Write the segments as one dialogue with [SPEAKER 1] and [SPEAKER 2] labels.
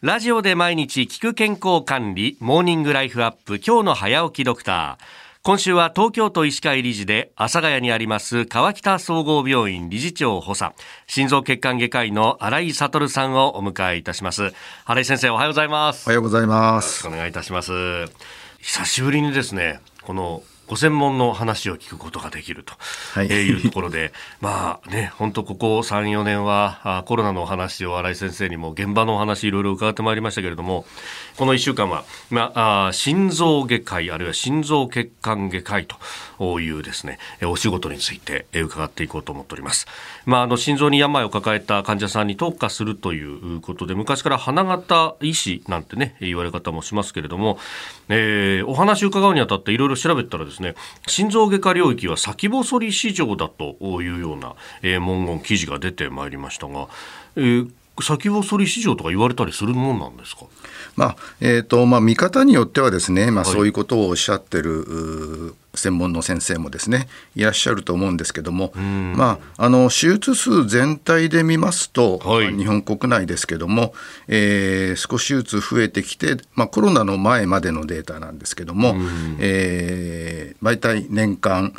[SPEAKER 1] ラジオで毎日聞く健康管理、モーニングライフアップ、今日の早起きドクター。今週は東京都医師会理事で阿佐ヶ谷にあります川北総合病院理事長補佐、心臓血管外科医の新井悟さんをお迎えいたします。新井先生、おはようございます。
[SPEAKER 2] おはようございます。
[SPEAKER 1] よろしくお願いいたします。久しぶりにですね、このご専門の話を聞くことができるというところで、まあね、本当ここ 3,4 年はコロナのお話を新井先生にも現場のお話いろいろ伺ってまいりましたけれども、この1週間は、心臓外科医あるいは心臓血管外科医というですね、お仕事について伺っていこうと思っております。心臓に病を抱えた患者さんに特化するということで、昔から花形医師なんてね言われ方もしますけれども、お話を伺うにあたっていろいろ調べたらですね、心臓外科領域は先細り市場だというような、文言記事が出てまいりましたが、先細り市場とか言われたりするもんなんですか？
[SPEAKER 2] 見方によってはですね、そういうことをおっしゃってる専門の先生もですねいらっしゃると思うんですけども、手術数全体で見ますと、日本国内ですけども、少しずつ増えてきて、コロナの前までのデータなんですけども、大体年間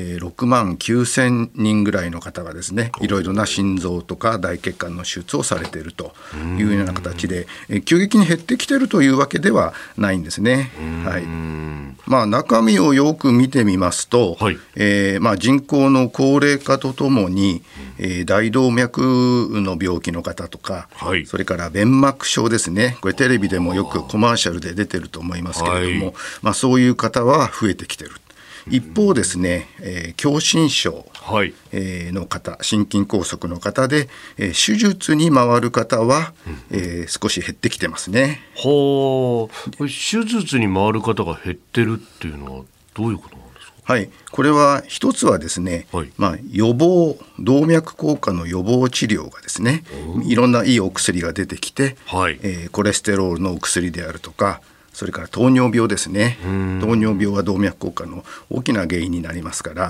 [SPEAKER 2] 6万9千人ぐらいの方がですね、いろいろな心臓とか大血管の手術をされているというような形で、急激に減ってきているというわけではないんですね。中身をよく見てみますと、人口の高齢化とともに、大動脈の病気の方とか、それから弁膜症ですね、これテレビでもよくコマーシャルで出てると思いますけれども、そういう方は増えてきている。一方ですね、狭心症の方、心筋梗塞の方で、手術に回る方は、少し減ってきてますね。
[SPEAKER 1] 手術に回る方が減ってるっていうのはどういうことなんですか？
[SPEAKER 2] これは一つはですね、予防、動脈硬化の予防治療がですね、いろんないいお薬が出てきて、コレステロールのお薬であるとか、それから糖尿病ですね。糖尿病は動脈硬化の大きな原因になりますから、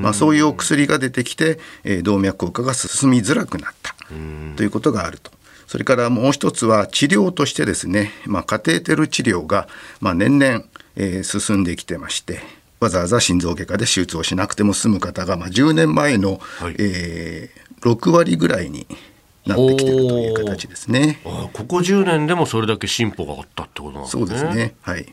[SPEAKER 2] そういうお薬が出てきて、動脈硬化が進みづらくなったということがあると。それからもう一つは治療としてですね、カテーテル治療が、年々、進んできてまして、わざわざ心臓外科で手術をしなくても済む方が、10年前の、6割ぐらいになってきているという形ですね。
[SPEAKER 1] ここ10年でもそれだけ進歩があったってことなんですね。
[SPEAKER 2] そうですね。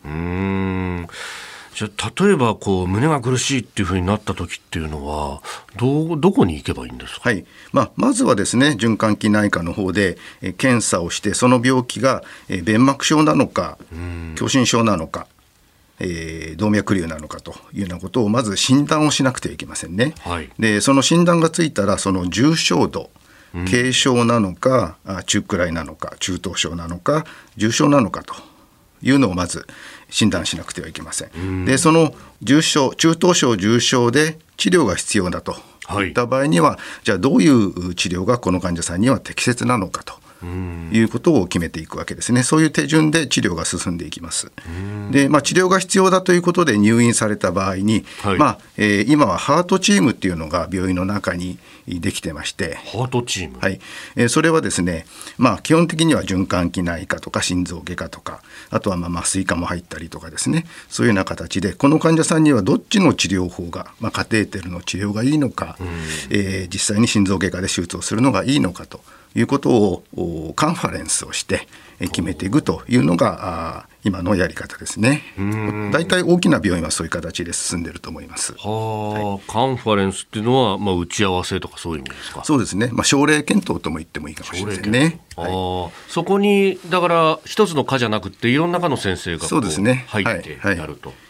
[SPEAKER 1] じゃあ例えば胸が苦しいっていう風になった時っていうのはどこに行けばいいんですか？
[SPEAKER 2] まずはですね、循環器内科の方で検査をして、その病気が弁膜症なのか狭心症なのか動脈瘤なのかというようなことをまず診断をしなくてはいけませんね。でその診断がついたら、その重症度、軽症なのか中くらいなのか中等症なのか重症なのかというのをまず診断しなくてはいけません。でその重症、中等症、重症で治療が必要だといった場合には、じゃあどういう治療がこの患者さんには適切なのかということを決めていくわけですね。そういう手順で治療が進んでいきます。で、治療が必要だということで入院された場合に、今はハートチームっていうのが病院の中にできてまして、
[SPEAKER 1] ハートチーム、
[SPEAKER 2] それはですね、基本的には循環器内科とか心臓外科とか、あとは麻酔科も入ったりとかですね、そういうような形でこの患者さんにはどっちの治療法が、カテーテルの治療がいいのか、実際に心臓外科で手術をするのがいいのかということをカンファレンスをして決めていくというのが今のやり方ですね。大体大きな病院はそういう形で進んでいると思います。
[SPEAKER 1] カンファレンスっていうのは、打ち合わせとかそういう意味ですか？
[SPEAKER 2] そうですね、症例検討とも言ってもいいかもしれませんね。
[SPEAKER 1] そこにだから一つの科じゃなくていろんな科の先生が
[SPEAKER 2] そうですね、
[SPEAKER 1] 入ってやると。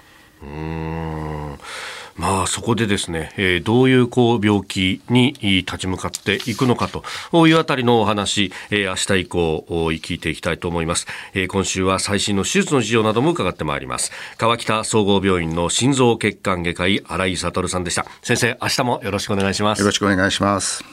[SPEAKER 1] そこでですね、どういう病気に立ち向かっていくのかというあたりのお話、明日以降聞いていきたいと思います。今週は最新の手術の事情なども伺ってまいります。川北総合病院の心臓血管外科医新井悟さんでした。先生、明日もよろしくお願いします。
[SPEAKER 2] よろしくお願いします。